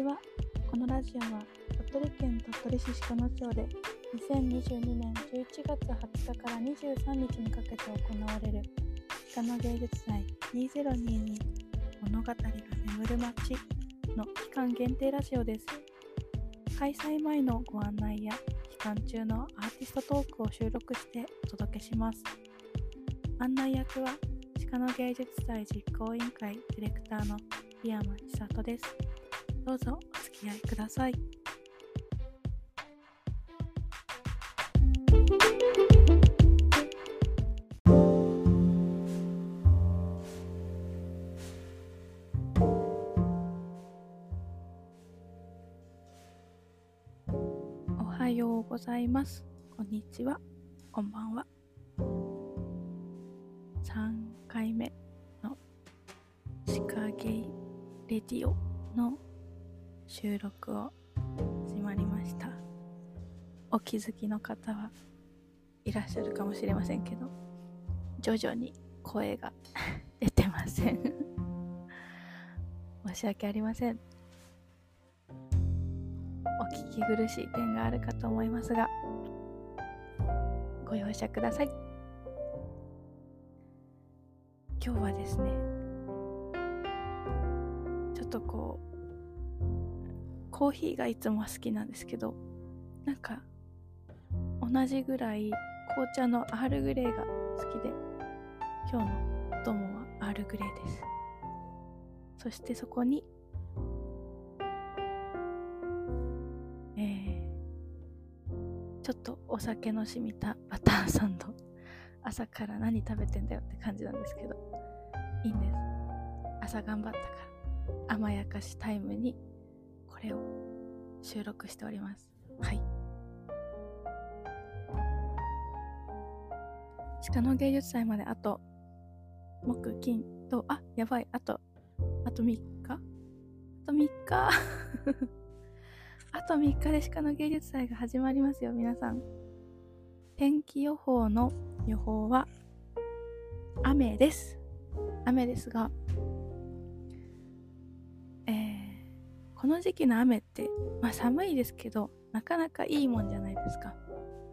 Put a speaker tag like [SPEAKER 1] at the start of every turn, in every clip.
[SPEAKER 1] ちは。このラジオは鳥取県鳥取市鹿野町で2022年11月20日から23日にかけて行われる鹿野芸術祭2022物語が眠る街の期間限定ラジオです。開催前のご案内や期間中のアーティストトークを収録してお届けします。案内役は鹿野芸術祭実行委員会ディレクターの檜山千里です。どうぞお付き合いください。おはようございます。こんにちは。こんばんは。3回目の鹿芸レディオの収録を始まりました。お気づきの方はいらっしゃるかもしれませんけど、徐々に声が出てません申し訳ありません。お聞き苦しい点があるかと思いますが、ご容赦ください。今日はですね、ちょっとコーヒーがいつも好きなんですけど、なんか同じぐらい紅茶のアールグレイが好きで、今日のお供はアールグレイです。そしてそこにちょっとお酒の染みたバターサンド。朝から何食べてんだよって感じなんですけど、いいんです。朝頑張ったから甘やかしタイムにこれを収録しております。はい。鹿野芸術祭まであと木金とやばいあと3日あと3日で鹿野芸術祭が始まりますよ。皆さん、天気予報の予報は雨ですが、この時期の雨って、寒いですけどなかなかいいもんじゃないですか。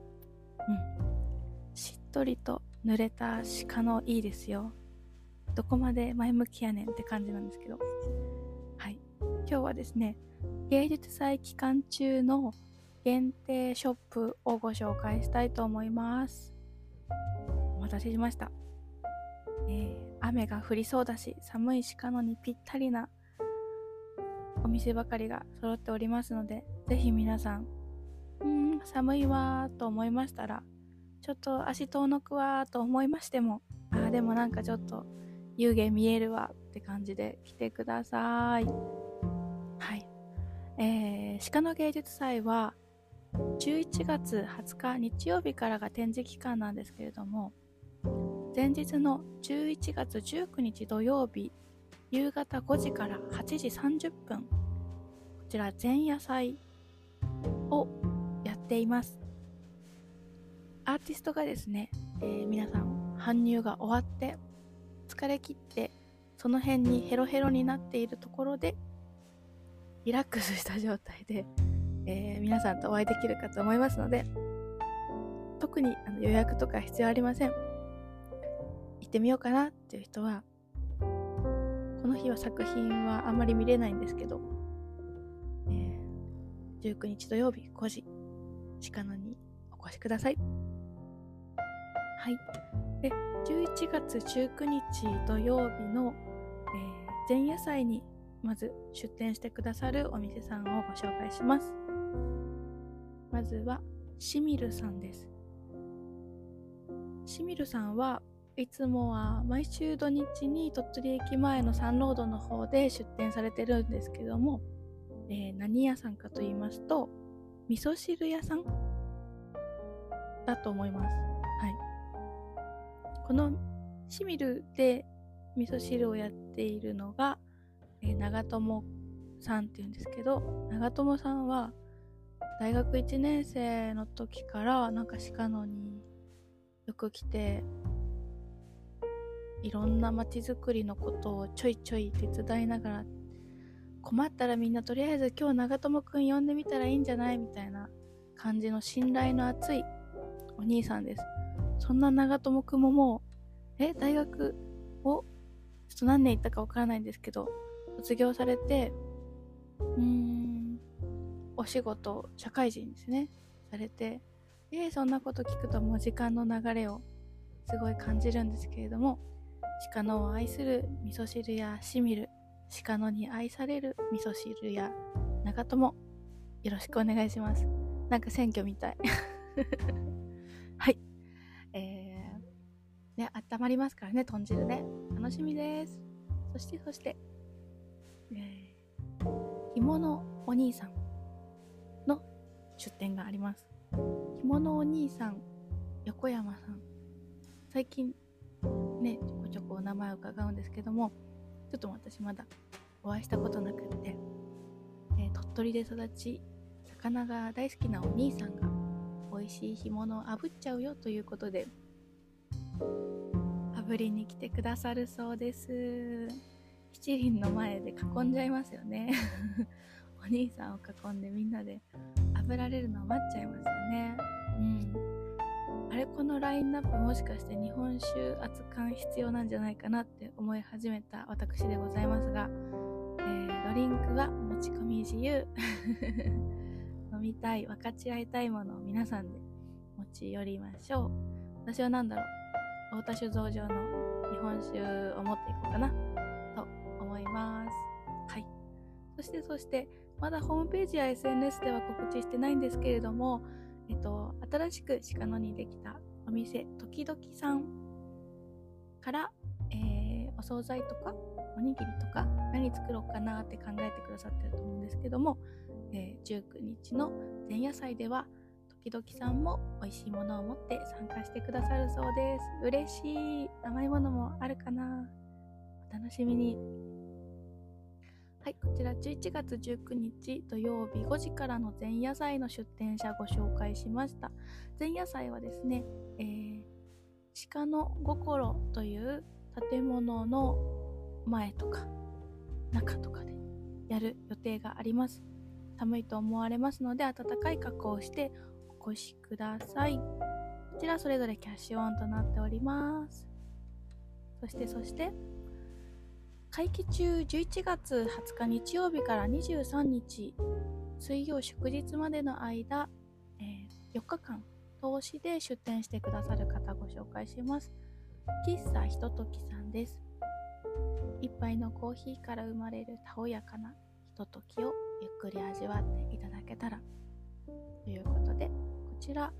[SPEAKER 1] しっとりと濡れた鹿のいいですよ。どこまで前向きやねんって感じなんですけど、はい、今日はですね、芸術祭期間中の限定ショップをご紹介したいと思います。お待たせしました。雨が降りそうだし寒い鹿野にぴったりなお店ばかりが揃っておりますので、ぜひ皆さん寒いわーと思いましたら、ちょっと足遠のくわーと思いましても、でもなんかちょっと湯気見えるわって感じで来てください。はい。鹿野芸術祭は11月20日日曜日からが展示期間なんですけれども、前日の11月19日土曜日夕方5時から8時30分、こちら前夜祭をやっています。アーティストがですね、皆さん搬入が終わって疲れ切ってその辺にヘロヘロになっているところでリラックスした状態で、皆さんとお会いできるかと思いますので、特に予約とか必要ありません。行ってみようかなっていう人は、この日は作品はあんまり見れないんですけど、19日土曜日5時鹿野にお越しください。はい。で、11月19日土曜日の、前夜祭にまず出店してくださるお店さんをご紹介します。まずはしみるさんです。しみるさんはいつもは毎週土日に鳥取駅前のサンロードの方で出店されてるんですけども、何屋さんかと言いますと味噌汁屋さんだと思います。はい。このしみるで味噌汁をやっているのが、長友さんっていうんですけど、長友さんは大学1年生の時からなんか鹿野によく来て、いろんな街づくりのことをちょいちょい手伝いながら困ったらみんなとりあえず今日長友くん呼んでみたらいいんじゃないみたいな感じの信頼の厚いお兄さんです。そんな長友くんももう大学をちょっと何年行ったかわからないんですけど卒業されてお仕事社会人ですねされてそんなこと聞くともう時間の流れをすごい感じるんですけれども、鹿野を愛する味噌汁やしみる鹿野に愛される味噌汁や長友、よろしくお願いします。なんか選挙みたいはいね、温まりますからね、豚汁ね、楽しみです。そして干物お兄さんの出店があります。干物お兄さん、横山さん、最近ねちょこちょこお名前を伺うんですけども、ちょっと私まだお会いしたことなくって、鳥取で育ち魚が大好きなお兄さんが美味しい干物を炙っちゃうよということで炙りに来てくださるそうです。七輪の前で囲んじゃいますよねお兄さんを囲んでみんなで炙られるのを待っちゃいますよね。あれ、このラインナップもしかして日本酒熱燗必要なんじゃないかなって思い始めた私でございますが、ドリンクは持ち込み自由飲みたい分かち合いたいものを皆さんで持ち寄りましょう。私は太田酒造場の日本酒を持っていこうかなと思います。はい。そしてまだホームページや SNS では告知してないんですけれども、新しく鹿野にできたお店時々さんから、お惣菜とかおにぎりとか何作ろうかなって考えてくださってると思うんですけども、19日の前夜祭では時々さんも美味しいものを持って参加してくださるそうです。嬉しい。甘いものもあるかな。お楽しみに。はい、こちら11月19日土曜日5時からの前夜祭の出店者ご紹介しました。前夜祭はですね、鹿の心という建物の前とか中とかでやる予定があります。寒いと思われますので暖かい格好をしてお越しください。こちらそれぞれキャッシュオンとなっております。そして会期中11月20日日曜日から23日水曜祝日までの間、4日間通しで出店してくださる方ご紹介します。喫茶ひとときさんです。一杯のコーヒーから生まれるたおやかなひとときをゆっくり味わっていただけたらということで、こちら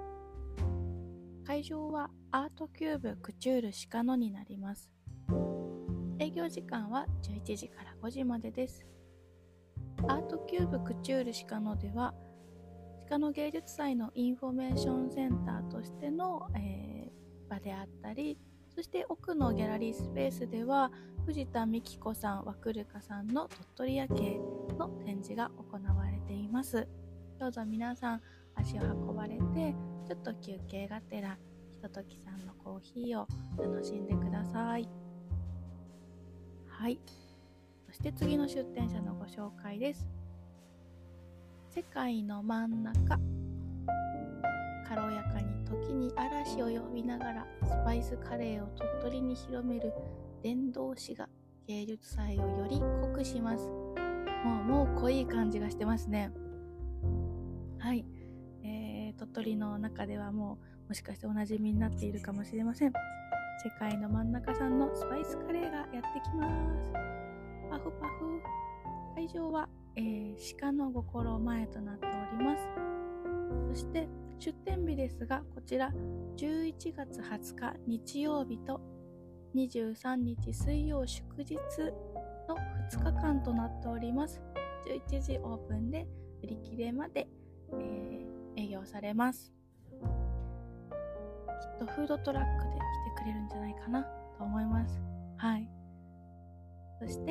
[SPEAKER 1] 会場はアートキューブクチュール鹿野になります。営業時間は11時から5時までです。アートキューブクチュール鹿野では鹿野芸術祭のインフォメーションセンターとしての、場であったり、そして奥のギャラリースペースでは藤田美希子さん、和久るかさんの鳥取夜景の展示が行われています。どうぞ皆さん足を運ばれてちょっと休憩がてらひとときさんのコーヒーを楽しんでください。はい。そして次の出店者のご紹介です。世界の真ん中、軽やかに時に嵐を呼びながらスパイスカレーを鳥取に広める伝道師が芸術祭をより濃くします。もう濃い感じがしてますね。はい、鳥取の中ではもしかしておなじみになっているかもしれません。世界の真ん中さんのスパイスカレーがやってきます。パフパフ。会場は、鹿の心前となっております。そして出店日ですが、こちら11月20日日曜日と23日水曜祝日の2日間となっております。11時オープンで売り切れまで、営業されます。きっとフードトラックで来てくれるんじゃないかなと思います。はい。そして、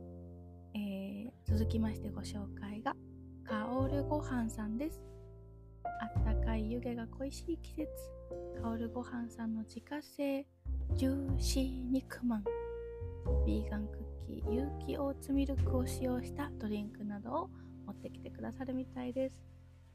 [SPEAKER 1] 続きましてご紹介が香るごはんさんです。あったかい湯気が恋しい季節、香るごはんさんの自家製ジューシー肉まん、ビーガンクッキ有機オーツミルクを使用したドリンクなどを持ってきてくださるみたいです。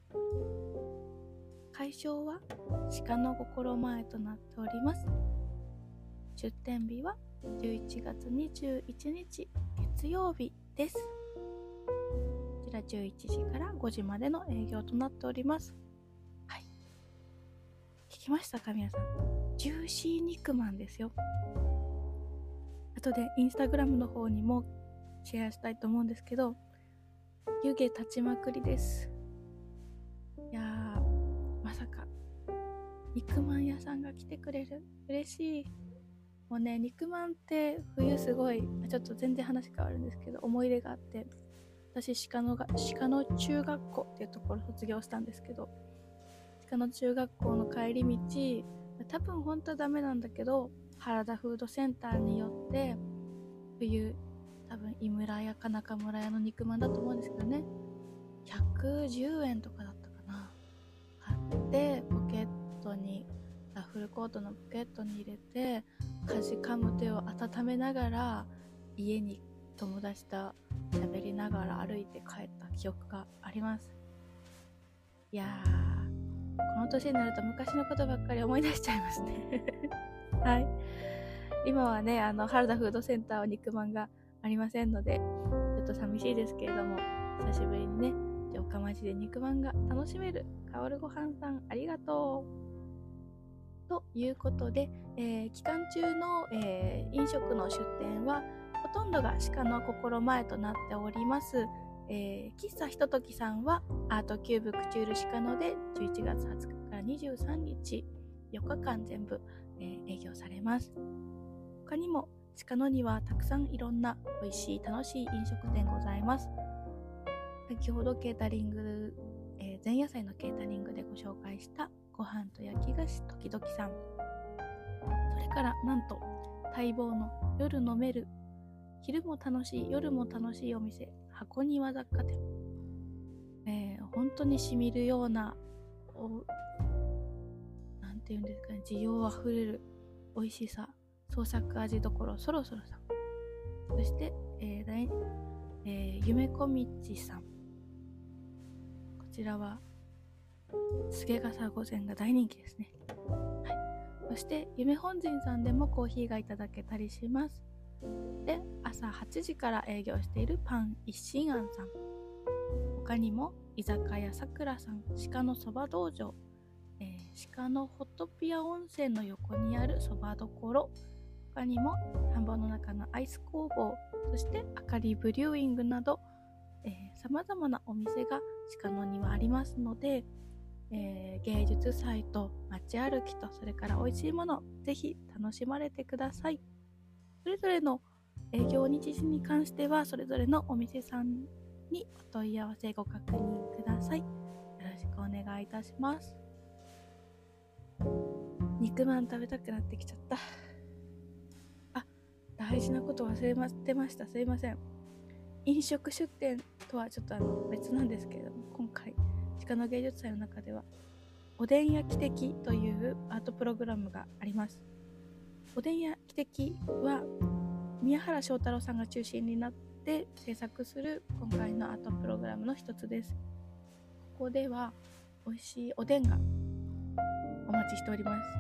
[SPEAKER 1] 会場は鹿の心前となっております。出店日は11月21日月曜日です。こちら11時から5時までの営業となっております。はい。聞きましたか皆さん。ジューシー肉まんですよ。後でインスタグラムの方にもシェアしたいと思うんですけど、湯気立ちまくりです。いやー、まさか肉まん屋さんが来てくれる。嬉しい。もうね、肉まんって冬すごい、ちょっと全然話変わるんですけど、思い出があって、私鹿の中学校っていうところ卒業したんですけど、鹿の中学校の帰り道、多分本当はダメなんだけど、原田フードセンターによって冬、多分井村屋か中村屋の肉まんだと思うんですけどね、110円とかだったかな。買ってポケットに、ラッフルコートのポケットに入れて、かじかむ手を温めながら家に友達と喋りながら歩いて帰った記憶があります。いやー、この年になると昔のことばっかり思い出しちゃいますねはい。今はね、原田フードセンターは肉まんがありませんので、ちょっと寂しいですけれども、久しぶりにね、城下町で肉まんが楽しめるかおるごはんさん、ありがとう。ということで、期間中の、飲食の出店はほとんどが鹿の心前となっております。喫茶ひとときさんはアートキューブクチュール鹿野で11月20日から23日4日間全部、営業されます。他にも鹿野にはたくさんいろんな美味しい楽しい飲食店ございます。先ほどケータリング、前夜祭のケータリングでご紹介したご飯と焼き菓子時々さん、それからなんと待望の夜飲める昼も楽しい夜も楽しいお店箱庭雑貨店、本当にしみるようななんていうんですかね、需要あふれる美味しさ創作味どころそろそろさん、そして、夢こみちさん、こちらはすげ笠御膳が大人気ですね。はい。そして夢本陣さんでもコーヒーがいただけたりします。で、朝8時から営業しているパン一心庵さん、他にも居酒屋さくらさん、鹿のそば道場、鹿のホトピア温泉の横にあるそばどころ、他にも田んぼの中のアイス工房、そしてあかりブリューイングなど、様々なお店が鹿野にはありますので、芸術祭と街歩きとそれから美味しいものぜひ楽しまれてください。それぞれの営業日時に関してはそれぞれのお店さんにお問い合わせご確認ください。よろしくお願いいたします。肉まん食べたくなってきちゃった。大事なこと忘れてました。すいません。飲食出店とはちょっと別なんですけれども、今回鹿の芸術祭の中ではおでん焼き的というアートプログラムがあります。おでん焼き的は宮原翔太郎さんが中心になって制作する今回のアートプログラムの一つです。ここでは美味しいおでんがお待ちしております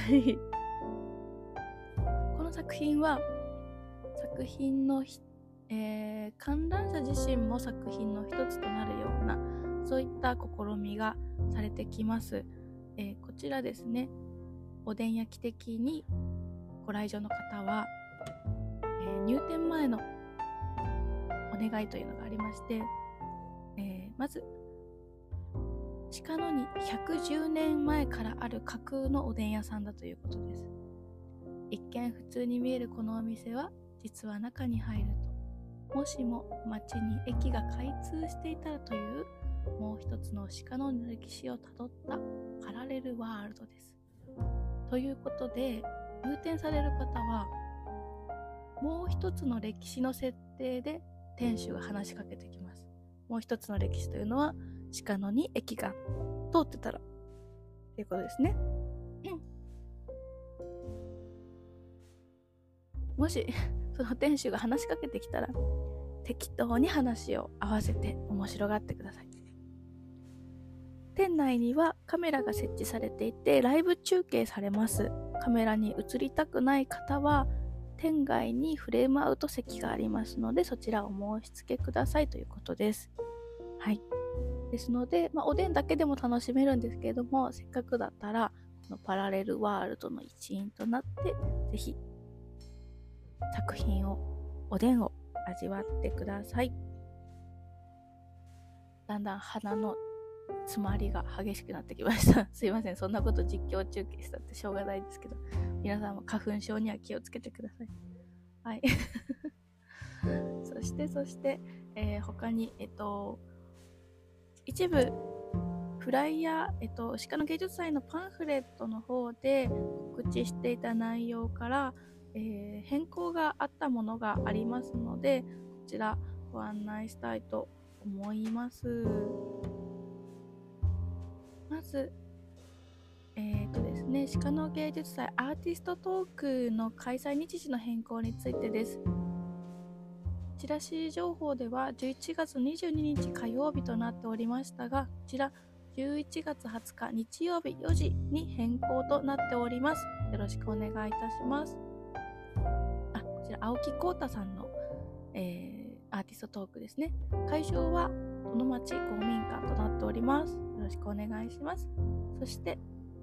[SPEAKER 1] この作品は作品の、観覧車自身も作品の一つとなるようなそういった試みがされてきます。こちらですね、おでん焼き的にご来場の方は、入店前のお願いというのがありまして、まず鹿野に110年前からある架空のおでん屋さんだということです。一見普通に見えるこのお店は実は中に入るともしも町に駅が開通していたらというもう一つの鹿野の歴史をたどったパラレルワールドです。ということで入店される方はもう一つの歴史の設定で店主が話しかけてきます。もう一つの歴史というのは鹿野に駅が通ってたらということですね。もしその店主が話しかけてきたら適当に話を合わせて面白がってください。店内にはカメラが設置されていてライブ中継されます。カメラに映りたくない方は店外にフレームアウト席がありますので、そちらを申し付けくださいということです。はい。ですので、おでんだけでも楽しめるんですけれども、せっかくだったらこのパラレルワールドの一員となってぜひ作品を、おでんを味わってください。だんだん鼻の詰まりが激しくなってきましたすいません、そんなこと実況中継したってしょうがないですけど、皆さんも花粉症には気をつけてください。はいそして、他に一部フライヤー、鹿の芸術祭のパンフレットの方で告知していた内容から、変更があったものがありますので、こちらご案内したいと思います。まずですね、鹿の芸術祭アーティストトークの開催日時の変更についてです。チラシ情報では11月22日火曜日となっておりましたが、こちら11月20日日曜日4時に変更となっております。よろしくお願いいたします。こちら青木浩太さんの、アーティストトークですね。会場は殿町公民館となっております。よろしくお願いします。そして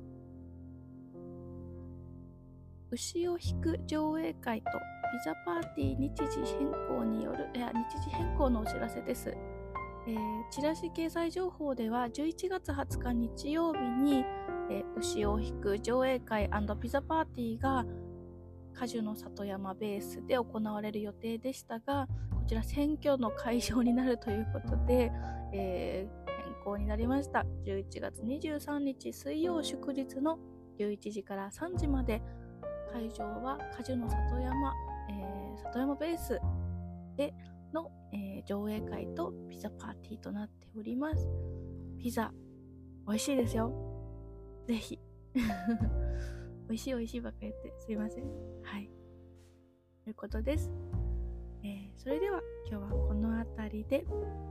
[SPEAKER 1] 牛を引く上映会とピザパーティー日時変更のお知らせです。チラシ掲載情報では11月20日日曜日に、牛を引く上映会&ピザパーティーが果樹の里山ベースで行われる予定でしたが、こちら選挙の会場になるということで、変更になりました。11月23日水曜祝日の11時から3時まで、会場は果樹の里山、里山ベースでの、上映会とピザパーティーとなっております。ピザ美味しいですよ。ぜひ美味しいばっかり言ってすいません。はい、ということです。それでは今日はこの辺りで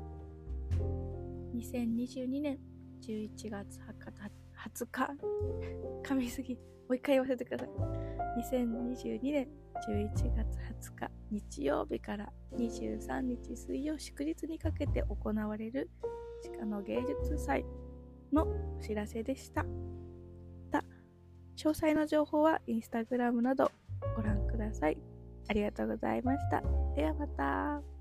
[SPEAKER 1] 2022年11月20日噛みすぎ、もう一回言わせてください。2022年11月20日日曜日から23日水曜祝日にかけて行われる鹿の芸術祭のお知らせでした。詳細の情報はインスタグラムなどご覧ください。ありがとうございました。ではまた。